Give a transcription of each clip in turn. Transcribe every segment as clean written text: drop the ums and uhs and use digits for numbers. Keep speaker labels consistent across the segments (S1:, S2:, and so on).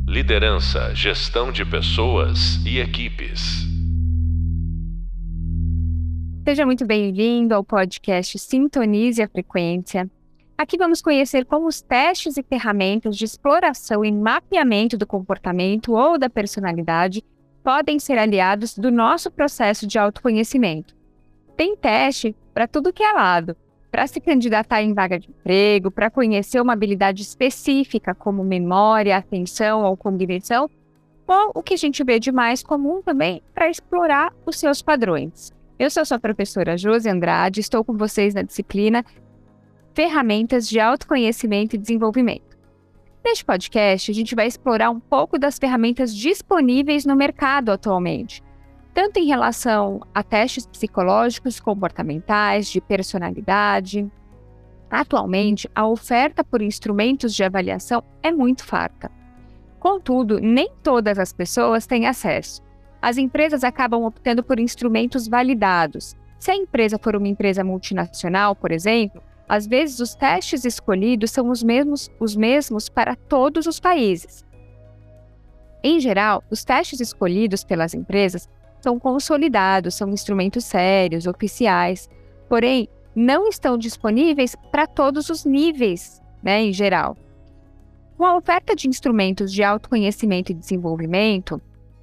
S1: Liderança, gestão de pessoas e equipes.
S2: Seja muito bem-vindo ao podcast Sintonize a Frequência. Aqui vamos conhecer como os testes e ferramentas de exploração e mapeamento do comportamento ou da personalidade podem ser aliados do nosso processo de autoconhecimento. Tem teste para tudo que é lado, para se candidatar em vaga de emprego, para conhecer uma habilidade específica como memória, atenção ou cognição, ou o que a gente vê de mais comum também para explorar os seus padrões. Eu sou sua professora Josi Andrade, estou com vocês na disciplina Ferramentas de Autoconhecimento e Desenvolvimento. Neste podcast, a gente vai explorar um pouco das ferramentas disponíveis no mercado atualmente, tanto em relação a testes psicológicos, comportamentais, de personalidade. Atualmente, a oferta por instrumentos de avaliação é muito farta. Contudo, nem todas as pessoas têm acesso. As empresas acabam optando por instrumentos validados. Se a empresa for uma empresa multinacional, por exemplo, às vezes os testes escolhidos são os mesmos para todos os países. Em geral, os testes escolhidos pelas empresas são consolidados, são instrumentos sérios, oficiais, porém, não estão disponíveis para todos os níveis, em geral. Com a oferta de instrumentos de autoconhecimento e desenvolvimento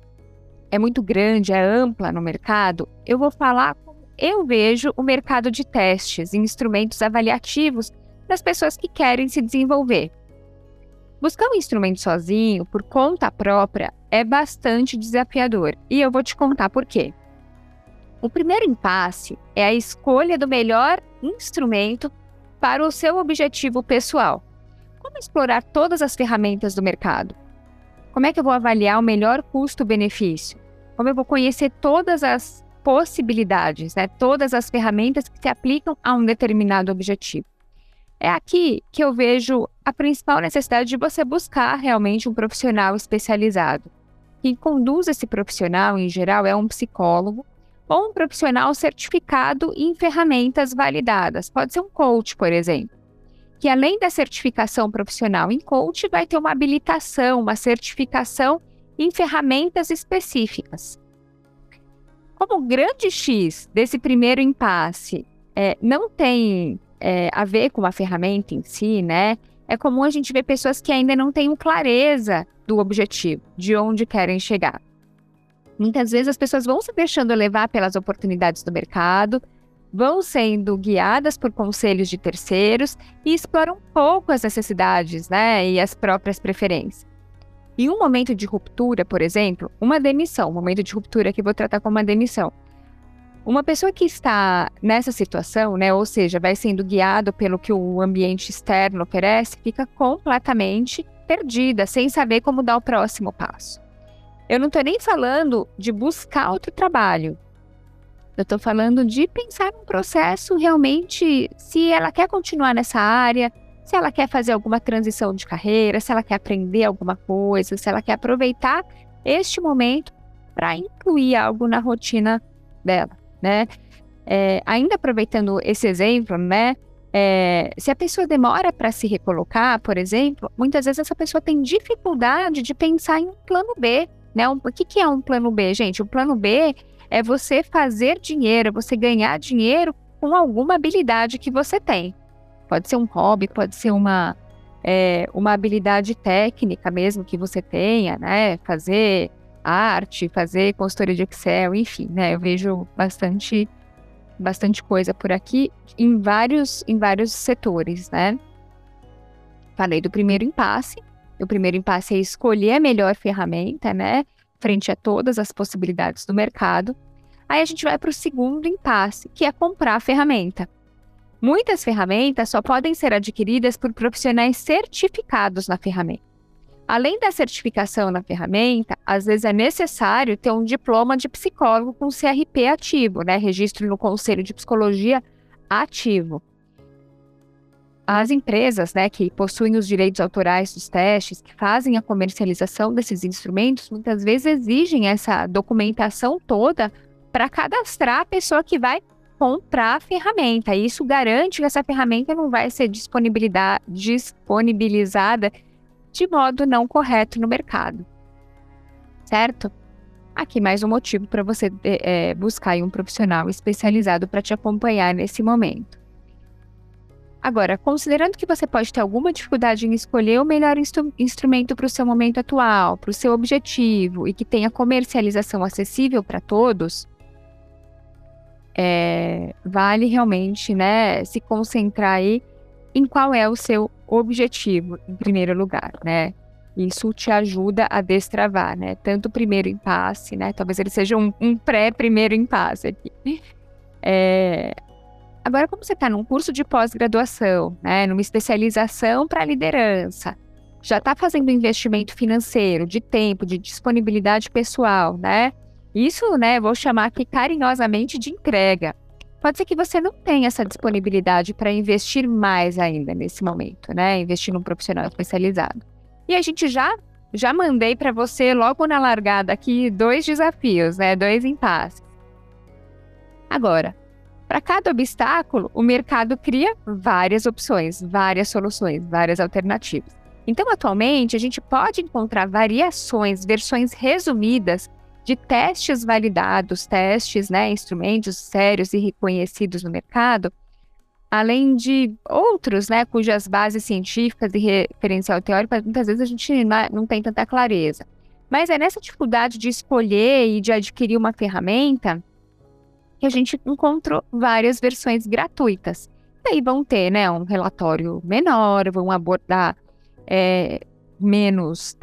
S2: é muito grande, é ampla no mercado, eu vou falar como eu vejo o mercado de testes e instrumentos avaliativos das pessoas que querem se desenvolver. Buscar um instrumento sozinho, por conta própria, é bastante desafiador, e eu vou te contar por quê. O primeiro impasse é a escolha do melhor instrumento para o seu objetivo pessoal. Como explorar todas as ferramentas do mercado? Como é que eu vou avaliar o melhor custo-benefício? Como eu vou conhecer todas as possibilidades, todas as ferramentas que se aplicam a um determinado objetivo? É aqui que eu vejo a principal necessidade de você buscar realmente um profissional especializado. Quem conduz esse profissional, em geral, é um psicólogo ou um profissional certificado em ferramentas validadas. Pode ser um coach, por exemplo, que além da certificação profissional em coach, vai ter uma habilitação, uma certificação em ferramentas específicas. Como o grande X desse primeiro impasse não tem a ver com a ferramenta em si, é comum a gente ver pessoas que ainda não têm clareza do objetivo, de onde querem chegar. Muitas vezes as pessoas vão se deixando levar pelas oportunidades do mercado, vão sendo guiadas por conselhos de terceiros e exploram pouco as necessidades, e as próprias preferências. Em um momento de ruptura, por exemplo, uma demissão, um momento de ruptura que eu vou tratar como uma demissão. Uma pessoa que está nessa situação, ou seja, vai sendo guiado pelo que o ambiente externo oferece, fica completamente perdida, sem saber como dar o próximo passo. Eu não estou nem falando de buscar outro trabalho. Eu estou falando de pensar num processo realmente, se ela quer continuar nessa área, se ela quer fazer alguma transição de carreira, se ela quer aprender alguma coisa, se ela quer aproveitar este momento para incluir algo na rotina dela. Ainda aproveitando esse exemplo, se a pessoa demora para se recolocar, por exemplo, muitas vezes essa pessoa tem dificuldade de pensar em um plano B, O que é um plano B, gente? O plano B é você fazer dinheiro, você ganhar dinheiro com alguma habilidade que você tem. Pode ser um hobby, pode ser uma habilidade técnica mesmo que você tenha, Fazer arte, fazer consultoria de Excel, enfim, eu vejo bastante coisa por aqui em vários setores, Falei do primeiro impasse. O primeiro impasse é escolher a melhor ferramenta, frente a todas as possibilidades do mercado. Aí a gente vai para o segundo impasse, que é comprar a ferramenta. Muitas ferramentas só podem ser adquiridas por profissionais certificados na ferramenta. Além da certificação na ferramenta, às vezes é necessário ter um diploma de psicólogo com CRP ativo, registro no Conselho de Psicologia ativo. As empresas, que possuem os direitos autorais dos testes, que fazem a comercialização desses instrumentos, muitas vezes exigem essa documentação toda para cadastrar a pessoa que vai comprar a ferramenta. Isso garante que essa ferramenta não vai ser disponibilizada de modo não correto no mercado, certo? Aqui mais um motivo para você buscar aí um profissional especializado para te acompanhar nesse momento. Agora, considerando que você pode ter alguma dificuldade em escolher o melhor instrumento para o seu momento atual, para o seu objetivo e que tenha comercialização acessível para todos, vale realmente, né, se concentrar aí em qual é o seu objetivo, em primeiro lugar, né? Isso te ajuda a destravar, né? Tanto o primeiro impasse, né? Talvez ele seja um pré-primeiro impasse aqui. Agora, como você está num curso de pós-graduação, né? Numa especialização para liderança, já está fazendo investimento financeiro, de tempo, de disponibilidade pessoal, né? Isso, né? Vou chamar aqui carinhosamente de entrega. Pode ser que você não tenha essa disponibilidade para investir mais ainda nesse momento, né? Investir num profissional especializado. E a gente já mandei para você logo na largada aqui 2 desafios, né? 2 impasses. Agora, para cada obstáculo, o mercado cria várias opções, várias soluções, várias alternativas. Então, atualmente, a gente pode encontrar variações, versões resumidas de testes validados, testes, né, instrumentos sérios e reconhecidos no mercado, além de outros, né, cujas bases científicas e referencial teórico, muitas vezes a gente não tem tanta clareza. Mas é nessa dificuldade de escolher e de adquirir uma ferramenta que a gente encontrou várias versões gratuitas. E aí vão ter, né, um relatório menor, vão abordar menos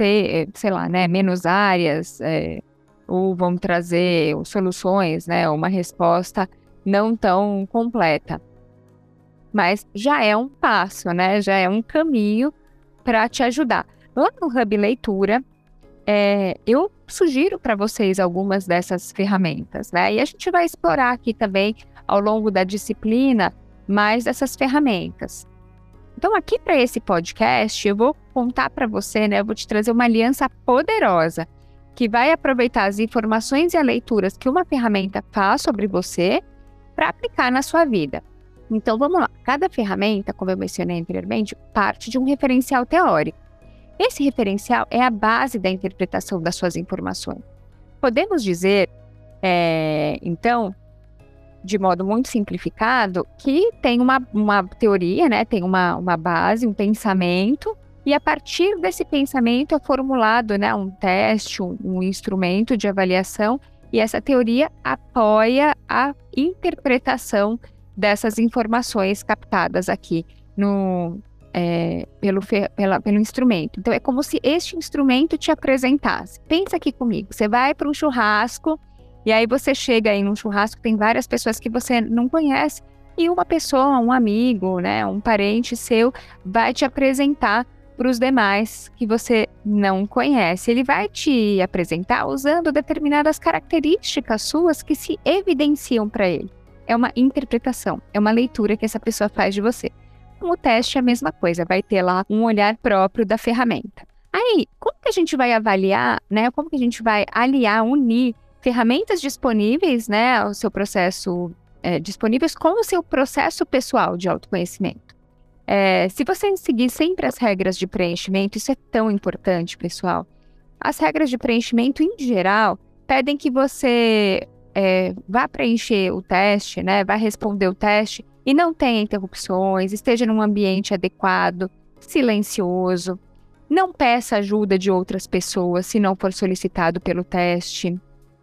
S2: áreas, ou vão trazer soluções, né, uma resposta não tão completa. Mas já é um passo, né, já é um caminho para te ajudar. Lá no Hub Leitura, eu sugiro para vocês algumas dessas ferramentas, né, e a gente vai explorar aqui também, ao longo da disciplina, mais dessas ferramentas. Então, aqui para esse podcast, eu vou contar para você, né, eu vou te trazer uma aliança poderosa, que vai aproveitar as informações e as leituras que uma ferramenta faz sobre você para aplicar na sua vida. Então, vamos lá. Cada ferramenta, como eu mencionei anteriormente, parte de um referencial teórico. Esse referencial é a base da interpretação das suas informações. Podemos dizer, então, de modo muito simplificado, que tem uma teoria, né? Tem uma base, um pensamento, e a partir desse pensamento é formulado, né, um teste, um instrumento de avaliação, e essa teoria apoia a interpretação dessas informações captadas aqui pelo instrumento. Então, é como se este instrumento te apresentasse. Pensa aqui comigo, você vai para um churrasco, e aí você chega aí num churrasco, tem várias pessoas que você não conhece, e uma pessoa, um amigo, né, um parente seu, vai te apresentar para os demais que você não conhece. Ele vai te apresentar usando determinadas características suas que se evidenciam para ele. É uma interpretação, é uma leitura que essa pessoa faz de você. O teste é a mesma coisa, vai ter lá um olhar próprio da ferramenta. Aí, como que a gente vai avaliar, né? Como que a gente vai aliar, unir ferramentas disponíveis, né, ao seu processo, disponíveis com o seu processo pessoal de autoconhecimento? Se você seguir sempre as regras de preenchimento, isso é tão importante, pessoal. As regras de preenchimento, em geral, pedem que você vá preencher o teste, né, vá responder o teste e não tenha interrupções, esteja num ambiente adequado, silencioso, não peça ajuda de outras pessoas se não for solicitado pelo teste,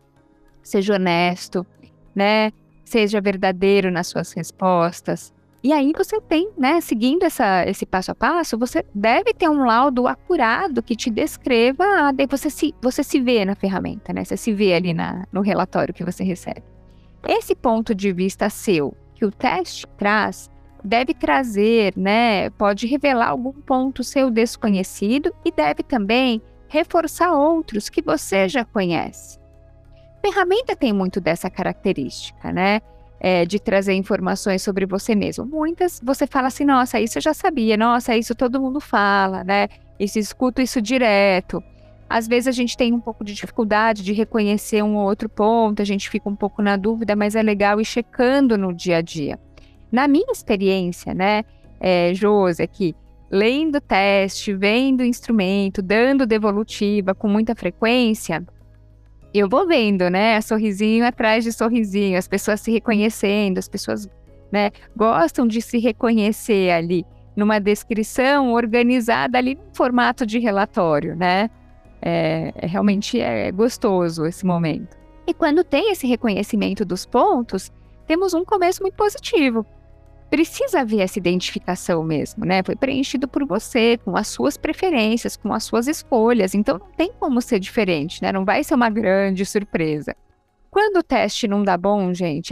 S2: seja honesto, né, seja verdadeiro nas suas respostas. E aí você tem, né, seguindo esse passo a passo, você deve ter um laudo acurado que te descreva, você se vê na ferramenta, né, você se vê ali no relatório que você recebe. Esse ponto de vista seu, que o teste traz, deve trazer, né, pode revelar algum ponto seu desconhecido e deve também reforçar outros que você já conhece. A ferramenta tem muito dessa característica, né? De trazer informações sobre você mesmo. Muitas você fala assim, nossa, isso eu já sabia, nossa, isso todo mundo fala, né? Escuto isso direto. Às vezes a gente tem um pouco de dificuldade de reconhecer um ou outro ponto, a gente fica um pouco na dúvida, mas é legal ir checando no dia a dia. Na minha experiência, né, Josi, aqui, lendo o teste, vendo o instrumento, dando devolutiva com muita frequência, eu vou vendo, né, sorrisinho atrás de sorrisinho, as pessoas se reconhecendo, as pessoas, né, gostam de se reconhecer ali numa descrição organizada ali no formato de relatório, né? Realmente é gostoso esse momento. E quando tem esse reconhecimento dos pontos, temos um começo muito positivo. Precisa haver essa identificação mesmo, né? Foi preenchido por você, com as suas preferências, com as suas escolhas. Então, não tem como ser diferente, né? Não vai ser uma grande surpresa. Quando o teste não dá bom, gente,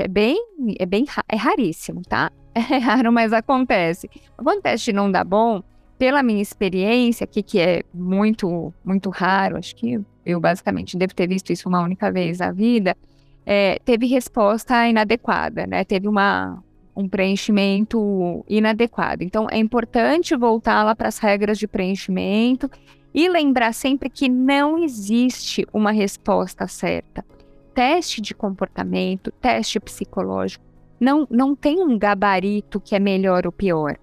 S2: é raríssimo, tá? É raro, mas acontece. Quando o teste não dá bom, pela minha experiência aqui, que é muito, muito raro, acho que eu basicamente devo ter visto isso uma única vez na vida, teve resposta inadequada, né? Teve um preenchimento inadequado. Então, é importante voltar lá para as regras de preenchimento e lembrar sempre que não existe uma resposta certa. Teste de comportamento, teste psicológico, não tem um gabarito que é melhor ou pior.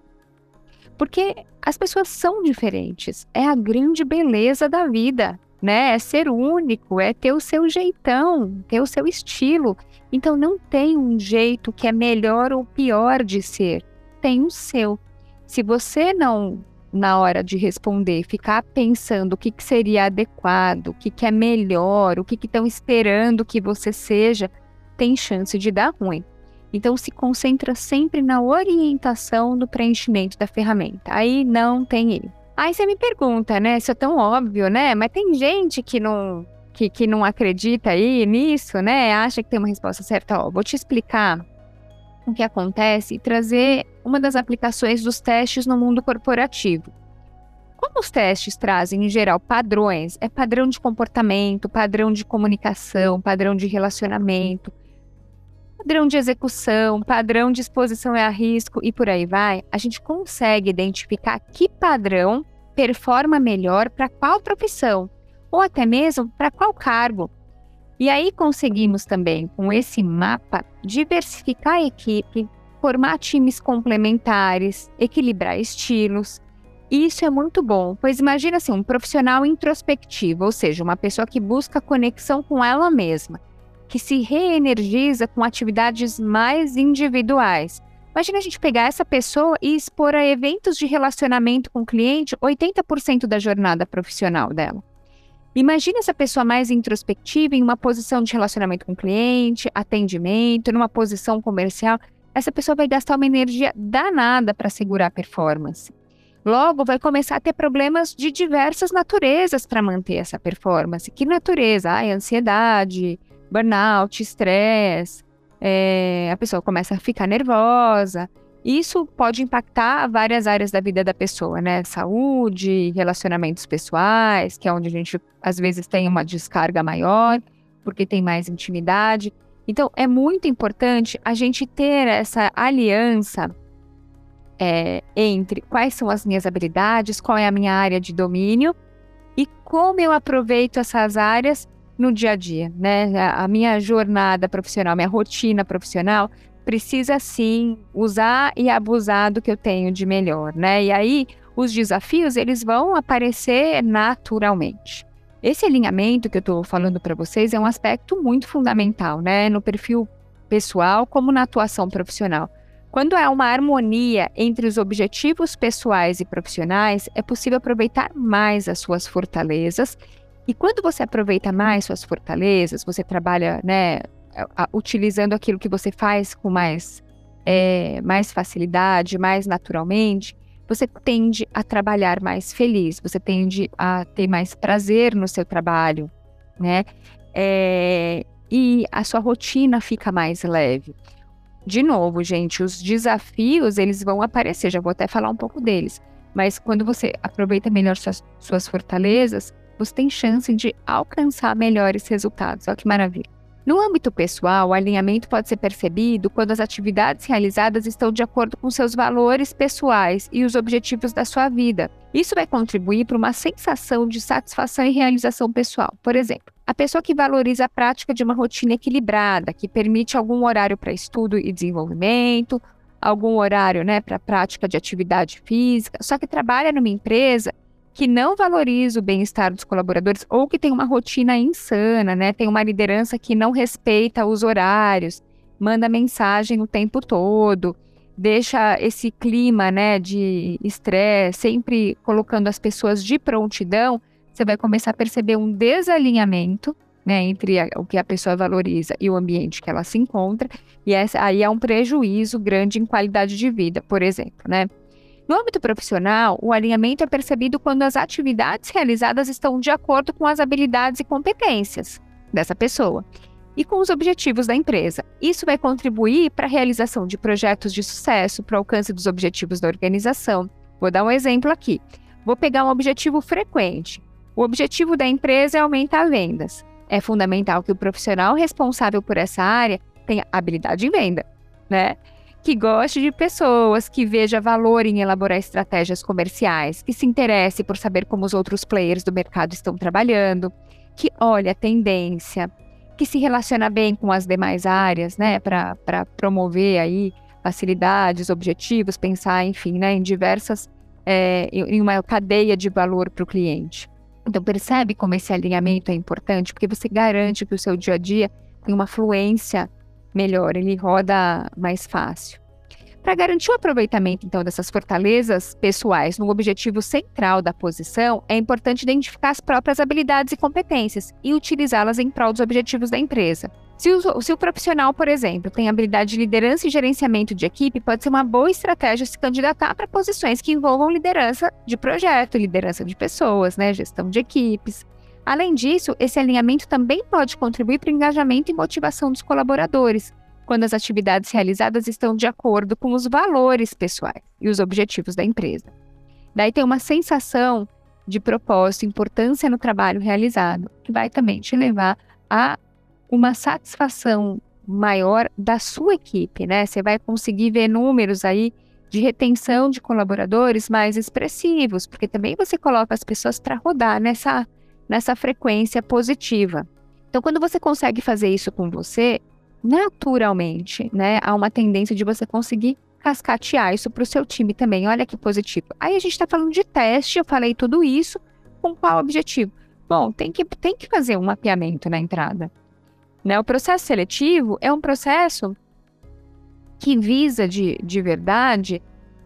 S2: Porque as pessoas são diferentes. É a grande beleza da vida, né? É ser único, é ter o seu jeitão, ter o seu estilo. Então, não tem um jeito que é melhor ou pior de ser. Tem o seu. Se você não, na hora de responder, ficar pensando o que seria adequado, o que é melhor, o que estão esperando que você seja, tem chance de dar ruim. Então, se concentra sempre na orientação do preenchimento da ferramenta. Aí não tem erro. Aí você me pergunta, né? Isso é tão óbvio, né? Mas tem gente que não acredita aí nisso, né? Acha que tem uma resposta certa. Ó, vou te explicar o que acontece e trazer uma das aplicações dos testes no mundo corporativo. Como os testes trazem, em geral, padrões, é padrão de comportamento, padrão de comunicação, padrão de relacionamento, padrão de execução, padrão de exposição a risco e por aí vai, a gente consegue identificar que padrão performa melhor para qual profissão, ou até mesmo para qual cargo. E aí conseguimos também, com esse mapa, diversificar a equipe, formar times complementares, equilibrar estilos. Isso é muito bom, pois imagina assim, um profissional introspectivo, ou seja, uma pessoa que busca conexão com ela mesma, que se reenergiza com atividades mais individuais. Imagina a gente pegar essa pessoa e expor a eventos de relacionamento com o cliente 80% da jornada profissional dela. Imagina essa pessoa mais introspectiva em uma posição de relacionamento com o cliente, atendimento, numa posição comercial. Essa pessoa vai gastar uma energia danada para segurar a performance. Logo, vai começar a ter problemas de diversas naturezas para manter essa performance. Que natureza? Ansiedade, burnout, estresse, a pessoa começa a ficar nervosa. Isso pode impactar várias áreas da vida da pessoa, né? Saúde, relacionamentos pessoais, que é onde a gente, às vezes, tem uma descarga maior, porque tem mais intimidade. Então, é muito importante a gente ter essa aliança entre quais são as minhas habilidades, qual é a minha área de domínio e como eu aproveito essas áreas no dia a dia, né? A minha jornada profissional, minha rotina profissional precisa sim usar e abusar do que eu tenho de melhor, né? E aí os desafios eles vão aparecer naturalmente. Esse alinhamento que eu estou falando para vocês é um aspecto muito fundamental, né? No perfil pessoal como na atuação profissional. Quando há uma harmonia entre os objetivos pessoais e profissionais, é possível aproveitar mais as suas fortalezas. E quando você aproveita mais suas fortalezas, você trabalha, né, utilizando aquilo que você faz com mais facilidade, mais naturalmente, você tende a trabalhar mais feliz, você tende a ter mais prazer no seu trabalho, né? E a sua rotina fica mais leve. De novo, gente, os desafios, eles vão aparecer, já vou até falar um pouco deles, mas quando você aproveita melhor suas fortalezas, você tem chance de alcançar melhores resultados. Olha que maravilha. No âmbito pessoal, o alinhamento pode ser percebido quando as atividades realizadas estão de acordo com seus valores pessoais e os objetivos da sua vida. Isso vai contribuir para uma sensação de satisfação e realização pessoal. Por exemplo, a pessoa que valoriza a prática de uma rotina equilibrada, que permite algum horário para estudo e desenvolvimento, algum horário, né, para prática de atividade física, só que trabalha numa empresa que não valoriza o bem-estar dos colaboradores ou que tem uma rotina insana, né, tem uma liderança que não respeita os horários, manda mensagem o tempo todo, deixa esse clima, né, de estresse, sempre colocando as pessoas de prontidão, você vai começar a perceber um desalinhamento, né, entre o que a pessoa valoriza e o ambiente que ela se encontra, e aí é um prejuízo grande em qualidade de vida, por exemplo, né? No âmbito profissional, o alinhamento é percebido quando as atividades realizadas estão de acordo com as habilidades e competências dessa pessoa e com os objetivos da empresa. Isso vai contribuir para a realização de projetos de sucesso, para o alcance dos objetivos da organização. Vou dar um exemplo aqui. Vou pegar um objetivo frequente. O objetivo da empresa é aumentar vendas. É fundamental que o profissional responsável por essa área tenha habilidade em venda, né? Que goste de pessoas, que veja valor em elaborar estratégias comerciais, que se interesse por saber como os outros players do mercado estão trabalhando, que olhe a tendência, que se relaciona bem com as demais áreas, né? Para promover aí facilidades, objetivos, pensar, enfim, né? Em diversas, em uma cadeia de valor para o cliente. Então, percebe como esse alinhamento é importante, porque você garante que o seu dia a dia tem uma fluência melhor, ele roda mais fácil. Para garantir o aproveitamento, então, dessas fortalezas pessoais no objetivo central da posição, é importante identificar as próprias habilidades e competências e utilizá-las em prol dos objetivos da empresa. Se o profissional, por exemplo, tem habilidade de liderança e gerenciamento de equipe, pode ser uma boa estratégia se candidatar para posições que envolvam liderança de projeto, liderança de pessoas, né, gestão de equipes. Além disso, esse alinhamento também pode contribuir para o engajamento e motivação dos colaboradores, quando as atividades realizadas estão de acordo com os valores pessoais e os objetivos da empresa. Daí tem uma sensação de propósito, importância no trabalho realizado, que vai também te levar a uma satisfação maior da sua equipe, né? Você vai conseguir ver números aí de retenção de colaboradores mais expressivos, porque também você coloca as pessoas para rodar nessa frequência positiva. Então, quando você consegue fazer isso com você, naturalmente, né, há uma tendência de você conseguir cascatear isso para o seu time também. Olha que positivo. Aí a gente está falando de teste, eu falei tudo isso, com qual objetivo? Bom, tem que fazer um mapeamento na entrada. Né? O processo seletivo é um processo que visa de verdade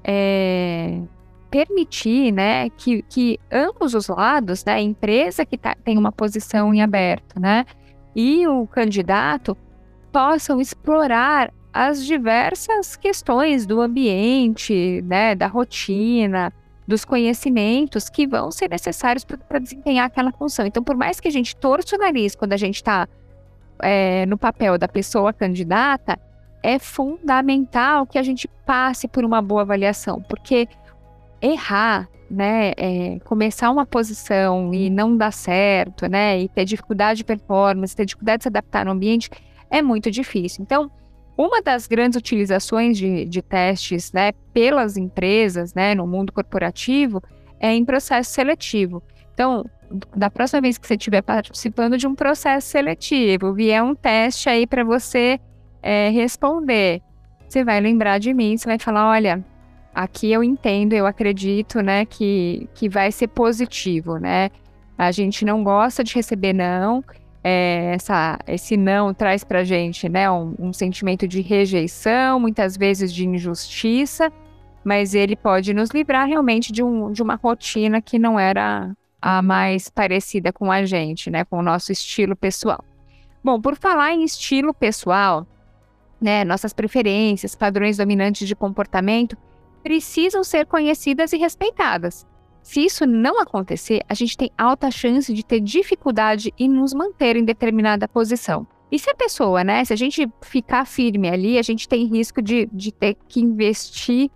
S2: permitir, né, que ambos os lados, né, a empresa que tem uma posição em aberto, né, e o candidato possam explorar as diversas questões do ambiente, né, da rotina, dos conhecimentos que vão ser necessários para desempenhar aquela função. Então, por mais que a gente torça o nariz quando a gente está no papel da pessoa candidata, é fundamental que a gente passe por uma boa avaliação, porque errar, né, começar uma posição e não dar certo, né, e ter dificuldade de performance, ter dificuldade de se adaptar no ambiente, é muito difícil. Então, uma das grandes utilizações de testes, né, pelas empresas, né, no mundo corporativo, é em processo seletivo. Então, da próxima vez que você estiver participando de um processo seletivo, vier um teste aí para você responder, você vai lembrar de mim, você vai falar, olha, aqui eu entendo, eu acredito, né, que vai ser positivo, né? A gente não gosta de receber não, esse não traz pra gente, né, um sentimento de rejeição, muitas vezes de injustiça, mas ele pode nos livrar realmente de uma rotina que não era a mais parecida com a gente, né, com o nosso estilo pessoal. Bom, por falar em estilo pessoal, né, nossas preferências, padrões dominantes de comportamento precisam ser conhecidas e respeitadas. Se isso não acontecer, a gente tem alta chance de ter dificuldade em nos manter em determinada posição. E se a pessoa, né, se a gente ficar firme ali, a gente tem risco de ter que investir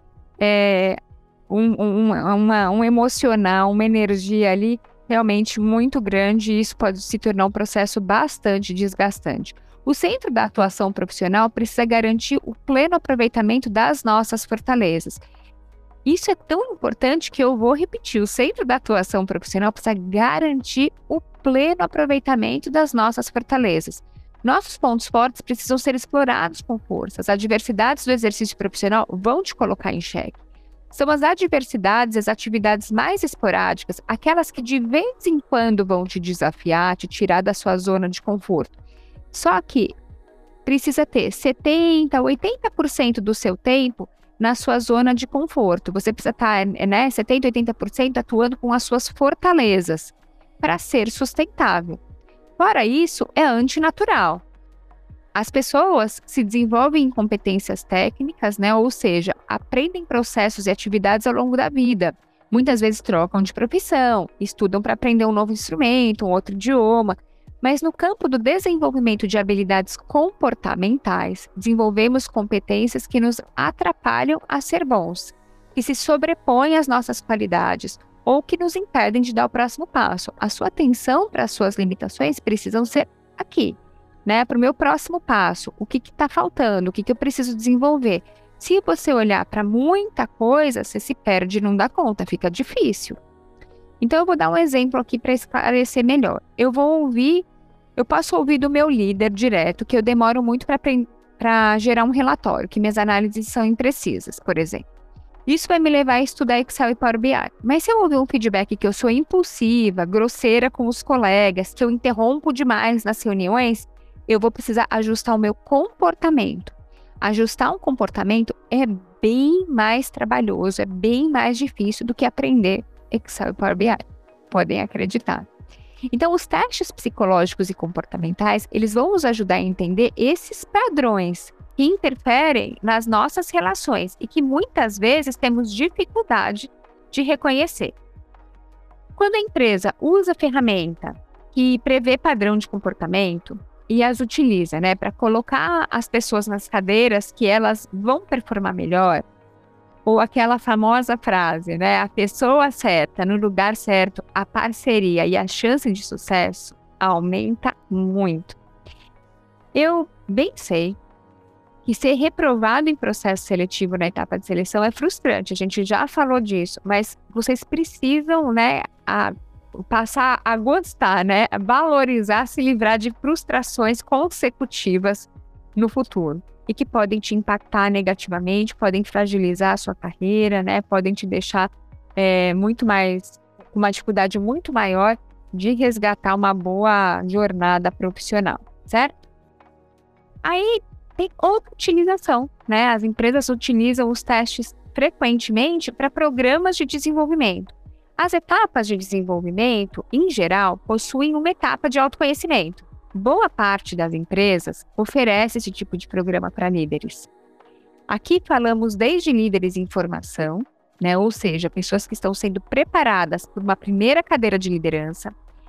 S2: um emocional, uma energia ali realmente muito grande, e isso pode se tornar um processo bastante desgastante. O centro da atuação profissional precisa garantir o pleno aproveitamento das nossas fortalezas. Isso é tão importante que eu vou repetir. O centro da atuação profissional precisa garantir o pleno aproveitamento das nossas fortalezas. Nossos pontos fortes precisam ser explorados com força. As adversidades do exercício profissional vão te colocar em xeque. São as adversidades, as atividades mais esporádicas, aquelas que de vez em quando vão te desafiar, te tirar da sua zona de conforto. Só que precisa ter 70%, 80% do seu tempo na sua zona de conforto. Você precisa estar, 70%, 80% atuando com as suas fortalezas para ser sustentável. Fora isso, é antinatural. As pessoas se desenvolvem em competências técnicas, ou seja, aprendem processos e atividades ao longo da vida. Muitas vezes trocam de profissão, estudam para aprender um novo instrumento, um outro idioma. Mas no campo do desenvolvimento de habilidades comportamentais, desenvolvemos competências que nos atrapalham a ser bons, que se sobrepõem às nossas qualidades ou que nos impedem de dar o próximo passo. A sua atenção para as suas limitações precisam ser aqui, para o meu próximo passo. O que está faltando? O que eu preciso desenvolver? Se você olhar para muita coisa, você se perde e não dá conta, fica difícil. Então, eu vou dar um exemplo aqui para esclarecer melhor. Eu posso ouvir do meu líder direto que eu demoro muito para gerar um relatório, que minhas análises são imprecisas, por exemplo. Isso vai me levar a estudar Excel e Power BI. Mas se eu ouvir um feedback que eu sou impulsiva, grosseira com os colegas, que eu interrompo demais nas reuniões, eu vou precisar ajustar o meu comportamento. Ajustar um comportamento é bem mais trabalhoso, é bem mais difícil do que aprender Excel e Power BI. Podem acreditar. Então, os testes psicológicos e comportamentais, eles vão nos ajudar a entender esses padrões que interferem nas nossas relações e que muitas vezes temos dificuldade de reconhecer. Quando a empresa usa ferramenta que prevê padrão de comportamento e as utiliza, para colocar as pessoas nas cadeiras que elas vão performar melhor, ou aquela famosa frase, a pessoa certa no lugar certo, a parceria e a chance de sucesso aumenta muito. Eu bem sei que ser reprovado em processo seletivo na etapa de seleção é frustrante, a gente já falou disso, mas vocês precisam, passar a gostar, a valorizar, se livrar de frustrações consecutivas no futuro e que podem te impactar negativamente, podem fragilizar a sua carreira, podem te deixar uma dificuldade muito maior de resgatar uma boa jornada profissional, certo? Aí tem outra utilização, As empresas utilizam os testes frequentemente para programas de desenvolvimento. As etapas de desenvolvimento, em geral, possuem uma etapa de autoconhecimento. Boa parte das empresas oferece esse tipo de programa para líderes. Aqui falamos desde líderes em formação, ou seja, pessoas que estão sendo preparadas por uma primeira cadeira de liderança,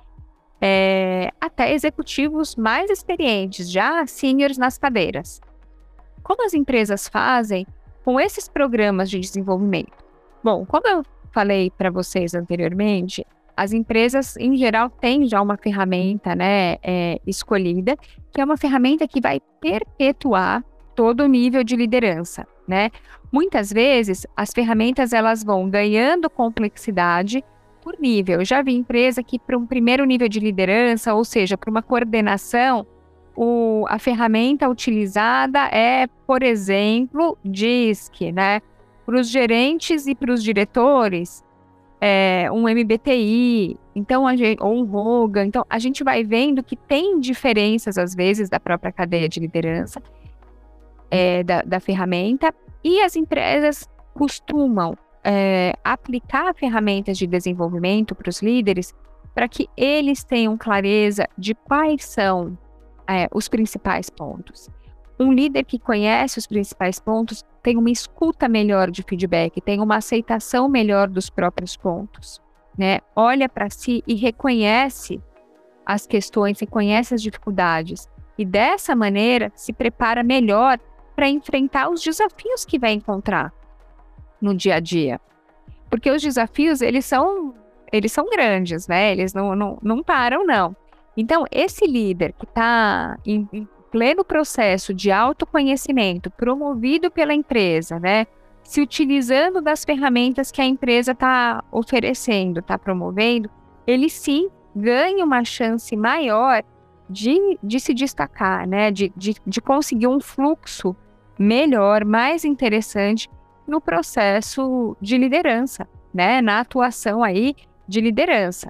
S2: até executivos mais experientes, já seniors nas cadeiras. Como as empresas fazem com esses programas de desenvolvimento? Bom, como eu falei para vocês anteriormente, as empresas, em geral, têm já uma ferramenta escolhida, que é uma ferramenta que vai perpetuar todo o nível de liderança. Muitas vezes, as ferramentas elas vão ganhando complexidade por nível. Eu já vi empresa que para um primeiro nível de liderança, ou seja, para uma coordenação, a ferramenta utilizada é, por exemplo, DISC, para os gerentes e para os diretores, um MBTI, ou um Hogan. Então, a gente vai vendo que tem diferenças, às vezes, da própria cadeia de liderança, da ferramenta, e as empresas costumam aplicar ferramentas de desenvolvimento para os líderes para que eles tenham clareza de quais são os principais pontos. Um líder que conhece os principais pontos tem uma escuta melhor de feedback, tem uma aceitação melhor dos próprios pontos, Olha para si e reconhece as questões, reconhece as dificuldades e dessa maneira se prepara melhor para enfrentar os desafios que vai encontrar no dia a dia. Porque os desafios, eles são grandes, Eles não param, não. Então, esse líder que está em pleno processo de autoconhecimento, promovido pela empresa, se utilizando das ferramentas que a empresa está oferecendo, está promovendo, ele sim ganha uma chance maior de se destacar, né? De conseguir um fluxo melhor, mais interessante no processo de liderança, né? Na atuação aí de liderança.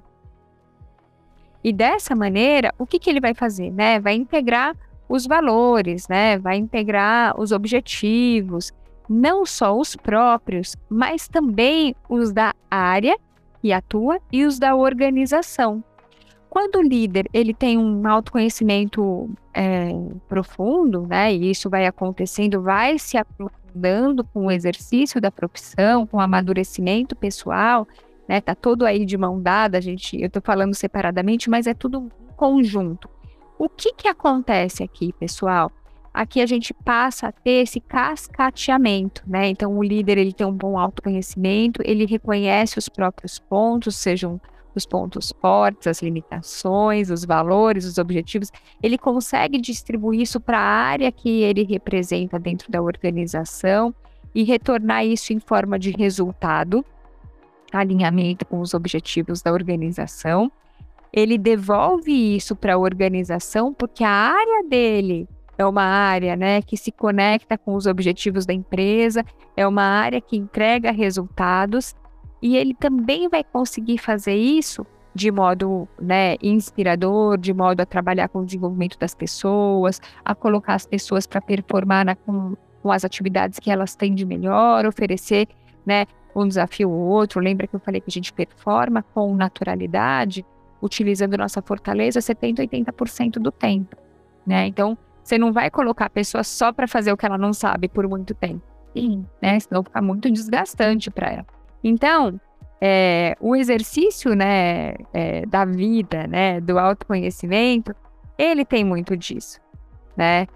S2: E dessa maneira, o que ele vai fazer, né? Vai integrar os valores, né? Vai integrar os objetivos, não só os próprios, mas também os da área que atua e os da organização. Quando o líder ele tem um autoconhecimento profundo, né? E isso vai acontecendo, vai se aprofundando com o exercício da profissão, com o amadurecimento pessoal, né? Tá todo aí de mão dada, eu tô falando separadamente, mas é tudo um conjunto. O que acontece aqui, pessoal? Aqui a gente passa a ter esse cascateamento, né? Então, o líder, ele tem um bom autoconhecimento, ele reconhece os próprios pontos, sejam os pontos fortes, as limitações, os valores, os objetivos. Ele consegue distribuir isso para a área que ele representa dentro da organização e retornar isso em forma de resultado, alinhamento com os objetivos da organização. Ele devolve isso para a organização porque a área dele é uma área, né, que se conecta com os objetivos da empresa, é uma área que entrega resultados e ele também vai conseguir fazer isso de modo, né, inspirador, de modo a trabalhar com o desenvolvimento das pessoas, a colocar as pessoas para performar com as atividades que elas têm de melhor, oferecer, né, um desafio ou outro. Lembra que eu falei que a gente performa com naturalidade, utilizando nossa fortaleza 70%, 80% do tempo, né? Então, você não vai colocar a pessoa só para fazer o que ela não sabe por muito tempo, né? Senão fica muito desgastante para ela. Então, o exercício, né, da vida, né, do autoconhecimento, ele tem muito disso, né?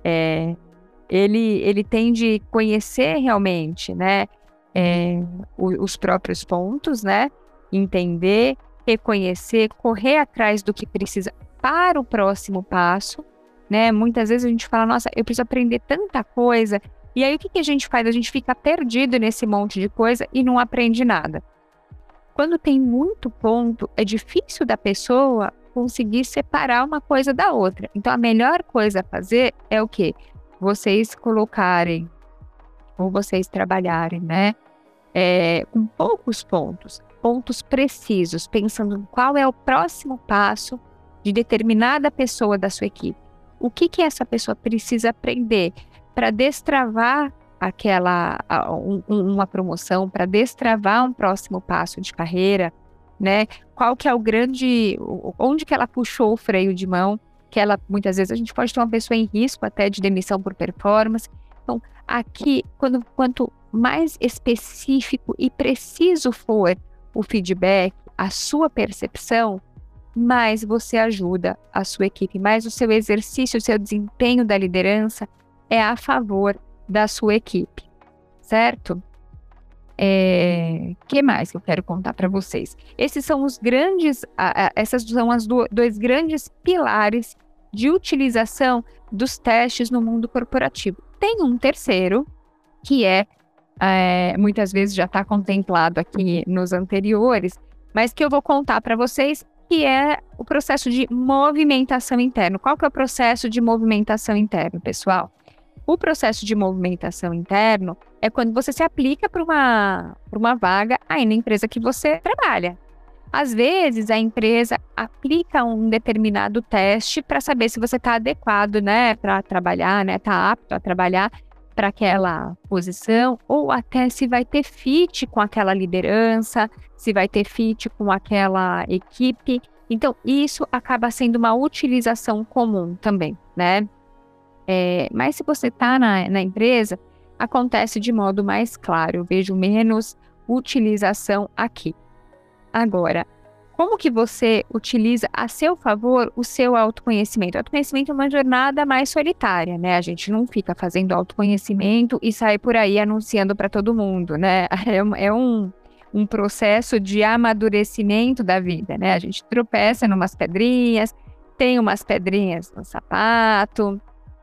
S2: Ele tem de conhecer realmente, né, os próprios pontos, né? Entender, reconhecer, correr atrás do que precisa para o próximo passo, né? Muitas vezes a gente fala, nossa, eu preciso aprender tanta coisa, e aí o que a gente faz? A gente fica perdido nesse monte de coisa e não aprende nada. Quando tem muito ponto, é difícil da pessoa conseguir separar uma coisa da outra. Então, a melhor coisa a fazer é o quê? Vocês colocarem, ou vocês trabalharem, né? Com poucos pontos precisos, pensando em qual é o próximo passo de determinada pessoa da sua equipe. O que essa pessoa precisa aprender para destravar uma promoção, para destravar um próximo passo de carreira, né? Qual que é onde que ela puxou o freio de mão, que ela, muitas vezes, a gente pode ter uma pessoa em risco até de demissão por performance. Então, aqui, quanto mais específico e preciso for o feedback, a sua percepção, mais você ajuda a sua equipe, mais o seu exercício, o seu desempenho da liderança é a favor da sua equipe, certo? Que mais que eu quero contar para vocês? Esses são os grandes, essas são as dois grandes pilares de utilização dos testes no mundo corporativo. Tem um terceiro, que muitas vezes já está contemplado aqui nos anteriores, mas que eu vou contar para vocês, que é o processo de movimentação interna. Qual que é o processo de movimentação interna, pessoal? O processo de movimentação interno é quando você se aplica para uma vaga aí na empresa que você trabalha. Às vezes, a empresa aplica um determinado teste para saber se você está adequado, né, para trabalhar, né, está apto a trabalhar para aquela posição, ou até se vai ter fit com aquela liderança, se vai ter fit com aquela equipe. Então, isso acaba sendo uma utilização comum também, né? Mas se você está na empresa, acontece de modo mais claro. Eu vejo menos utilização aqui. Agora, como que você utiliza a seu favor o seu autoconhecimento? O autoconhecimento é uma jornada mais solitária, né? A gente não fica fazendo autoconhecimento e sai por aí anunciando para todo mundo, né? É um processo de amadurecimento da vida, né? A gente tropeça numas pedrinhas, tem umas pedrinhas no sapato.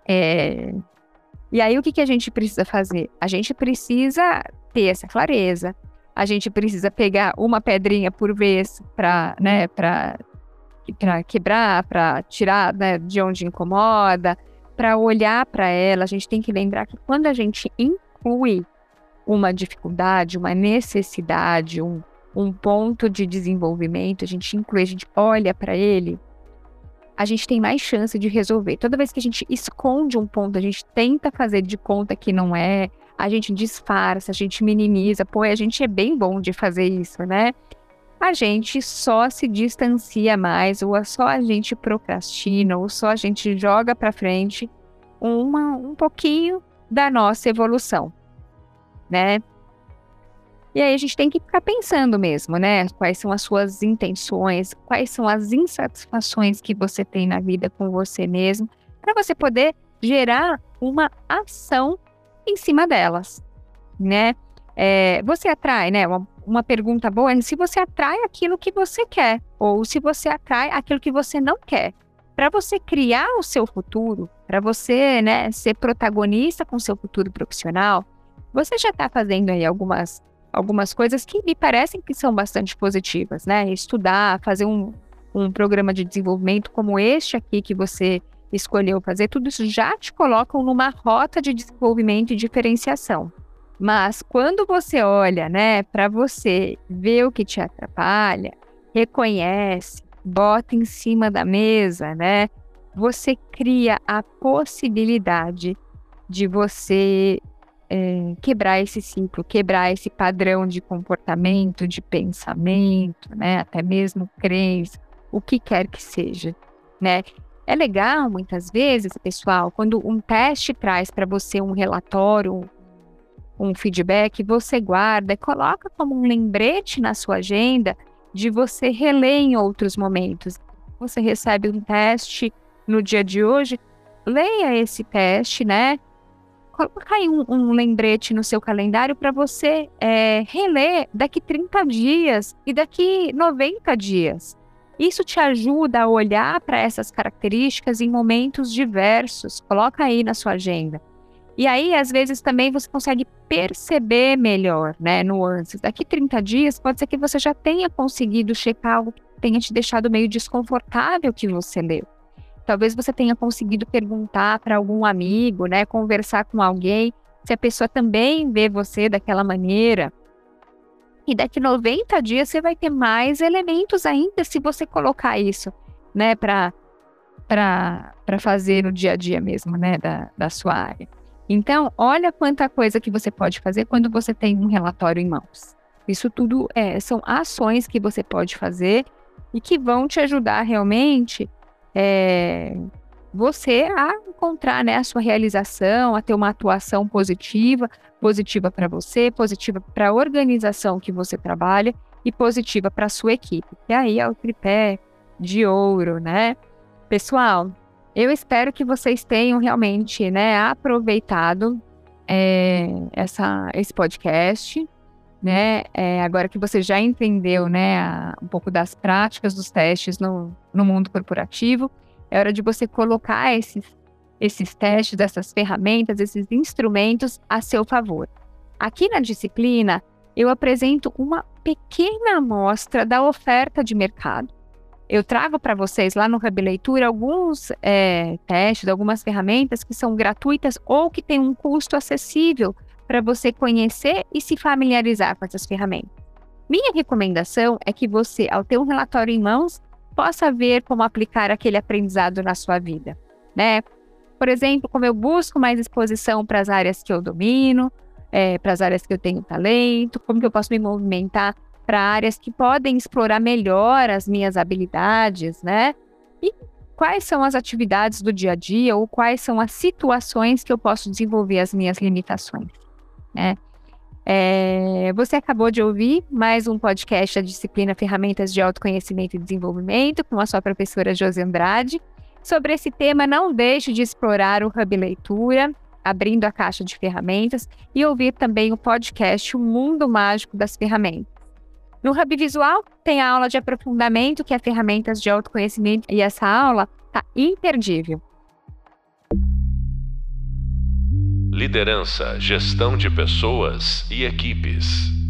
S2: E aí, o que a gente precisa fazer? A gente precisa ter essa clareza. A gente precisa pegar uma pedrinha por vez para quebrar, para tirar, né, de onde incomoda, para olhar para ela. A gente tem que lembrar que quando a gente inclui uma dificuldade, uma necessidade, um ponto de desenvolvimento, a gente inclui, a gente olha para ele, a gente tem mais chance de resolver. Toda vez que a gente esconde um ponto, a gente tenta fazer de conta que não é, a gente disfarça, a gente minimiza, a gente é bem bom de fazer isso, né? A gente só se distancia mais, ou só a gente procrastina, ou só a gente joga para frente um pouquinho da nossa evolução, né? E aí a gente tem que ficar pensando mesmo, né? Quais são as suas intenções, quais são as insatisfações que você tem na vida com você mesmo, para você poder gerar uma ação em cima delas, né? Você atrai, né? Uma pergunta boa é se você atrai aquilo que você quer, ou se você atrai aquilo que você não quer. Para você criar o seu futuro, para você, né, ser protagonista com o seu futuro profissional, você já está fazendo aí algumas coisas que me parecem que são bastante positivas, né? Estudar, fazer um programa de desenvolvimento como este aqui que você escolheu fazer, tudo isso já te colocam numa rota de desenvolvimento e diferenciação. Mas quando você olha, né, para você, vê o que te atrapalha, reconhece, bota em cima da mesa, né? Você cria a possibilidade de você quebrar esse ciclo, quebrar esse padrão de comportamento, de pensamento, né? Até mesmo crença, o que quer que seja, né? É legal, muitas vezes, pessoal, quando um teste traz para você um relatório, um feedback, você guarda e coloca como um lembrete na sua agenda de você reler em outros momentos. Você recebe um teste no dia de hoje, leia esse teste, né? Coloca aí um lembrete no seu calendário para você reler daqui 30 dias e daqui 90 dias. Isso te ajuda a olhar para essas características em momentos diversos. Coloca aí na sua agenda. E aí, às vezes, também você consegue perceber melhor, né, nuances. Daqui 30 dias, pode ser que você já tenha conseguido checar algo que tenha te deixado meio desconfortável que você leu. Talvez você tenha conseguido perguntar para algum amigo, né, conversar com alguém, se a pessoa também vê você daquela maneira. E daqui 90 dias você vai ter mais elementos ainda se você colocar isso, né, para fazer no dia a dia mesmo, né, da sua área. Então, olha quanta coisa que você pode fazer quando você tem um relatório em mãos. Isso tudo são ações que você pode fazer e que vão te ajudar realmente você a encontrar, né, a sua realização, a ter uma atuação positiva para você, positiva para a organização que você trabalha e positiva para a sua equipe. E aí é o tripé de ouro, né? Pessoal, eu espero que vocês tenham realmente, né, aproveitado esse podcast, né? Agora que você já entendeu, né, um pouco das práticas dos testes no mundo corporativo, é hora de você colocar esses testes, essas ferramentas, esses instrumentos a seu favor. Aqui na disciplina, eu apresento uma pequena amostra da oferta de mercado. Eu trago para vocês lá no Hub Leitura alguns testes, algumas ferramentas que são gratuitas ou que têm um custo acessível para você conhecer e se familiarizar com essas ferramentas. Minha recomendação é que você, ao ter um relatório em mãos, possa ver como aplicar aquele aprendizado na sua vida, né? Por exemplo, como eu busco mais exposição para as áreas que eu domino, para as áreas que eu tenho talento, como que eu posso me movimentar para áreas que podem explorar melhor as minhas habilidades, né? E quais são as atividades do dia a dia ou quais são as situações que eu posso desenvolver as minhas limitações, né? Você acabou de ouvir mais um podcast da disciplina Ferramentas de Autoconhecimento e Desenvolvimento com a sua professora Josi Andrade. Sobre esse tema, não deixe de explorar o Hub Leitura, abrindo a caixa de ferramentas, e ouvir também o podcast O Mundo Mágico das Ferramentas. No Hub Visual, tem a aula de aprofundamento, que é Ferramentas de Autoconhecimento, e essa aula está imperdível.
S1: Liderança, gestão de pessoas e equipes.